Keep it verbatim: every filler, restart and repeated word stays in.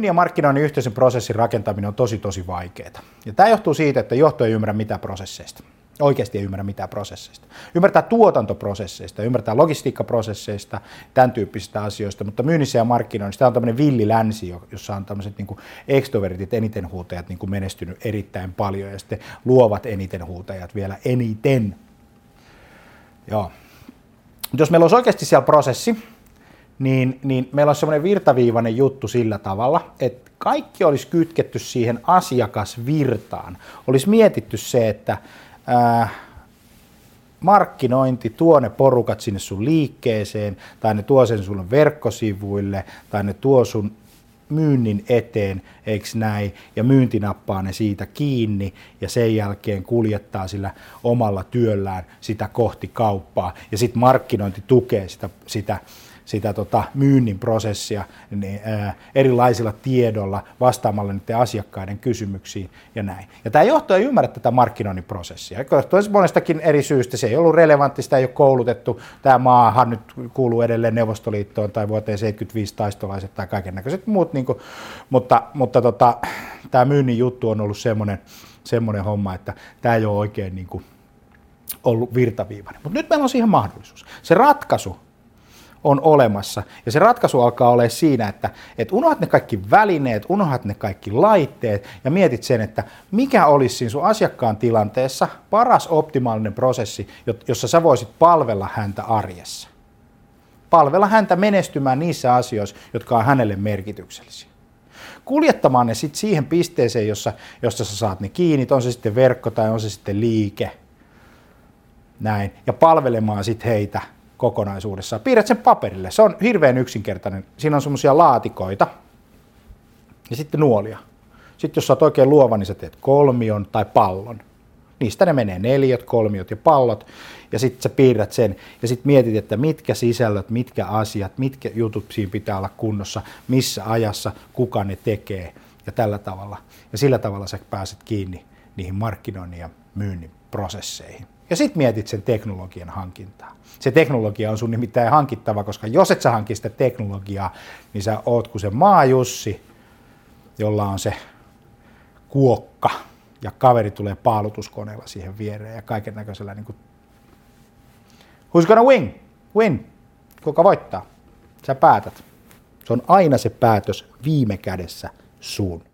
myynnin ja markkinoinnin yhteisen prosessin rakentaminen on tosi tosi vaikeaa. Ja tämä johtuu siitä, että johto ei ymmärrä mitään prosesseista. Oikeasti ei ymmärrä mitään prosesseista. Ymmärtää tuotantoprosesseista, ymmärtää logistiikkaprosesseista, tämän tyyppisistä asioista, mutta myynnissä ja markkinoinnissa tämä on tämmöinen villi länsi, jossa on tämmöiset niin kuin extrovertit, eniten huutajat niin kuin menestynyt erittäin paljon ja sitten luovat eniten huutajat vielä eniten. Joo. Jos meillä olisi oikeasti siellä prosessi, niin, niin meillä olisi semmoinen virtaviivainen juttu sillä tavalla, että kaikki olisi kytketty siihen asiakasvirtaan. Olisi mietitty se, että ää, markkinointi tuo ne porukat sinne sun liikkeeseen, tai ne tuo sen sulle verkkosivuille, tai ne tuo sun myynnin eteen, eikö näin, ja myynti nappaa ne siitä kiinni, ja sen jälkeen kuljettaa sillä omalla työllään sitä kohti kauppaa, ja sitten markkinointi tukee sitä, sitä sitä tota, myynnin prosessia niin, ää, erilaisilla tiedolla vastaamalla niiden asiakkaiden kysymyksiin ja näin. Ja tämä johto ei ymmärrä tätä markkinoinnin prosessia. Monestakin eri syystä se ei ollut relevantti, sitä ei ole koulutettu. Tämä maahan nyt kuuluu edelleen Neuvostoliittoon tai vuoteen seitsemänkymmentäviisi taistolaiset tai kaikennäköiset muut, niin kuin, mutta, mutta tota, tämä myynnin juttu on ollut semmoinen, semmoinen homma, että tämä ei ole oikein niin kuin, ollut virtaviivainen. Mutta nyt meillä on siihen mahdollisuus. Se ratkaisu on olemassa. Ja se ratkaisu alkaa olla siinä, että, että unohat ne kaikki välineet, unohat ne kaikki laitteet ja mietit sen, että mikä olisi siinä sun asiakkaan tilanteessa paras optimaalinen prosessi, jossa sä voisit palvella häntä arjessa. Palvella häntä menestymään niissä asioissa, jotka on hänelle merkityksellisiä. Kuljettamaan ne sitten siihen pisteeseen, jossa, jossa sä saat ne kiinni, on se sitten verkko tai on se sitten liike. Näin. Ja palvelemaan sitten heitä kokonaisuudessaan. Piirrät sen paperille. Se on hirveän yksinkertainen. Siinä on semmoisia laatikoita ja sitten nuolia. Sitten jos sä oot oikein luova, niin sä teet kolmion tai pallon. Niistä ne menee neliöt, kolmiot ja pallot. Ja sitten sä piirrät sen ja sitten mietit, että mitkä sisällöt, mitkä asiat, mitkä jutut siinä pitää olla kunnossa, missä ajassa, kuka ne tekee ja tällä tavalla. Ja sillä tavalla sä pääset kiinni niihin markkinoinnin ja myynnin prosesseihin. Ja sitten mietit sen teknologian hankintaa. Se teknologia on sun nimittäin hankittava, koska jos et sä hanki sitä teknologiaa, niin sä oot kuin se maajussi, jolla on se kuokka ja kaveri tulee paalutuskoneella siihen viereen ja kaiken näköisellä niin kuin who's gonna win? Win. Kuka voittaa? Sä päätät. Se on aina se päätös viime kädessä sun.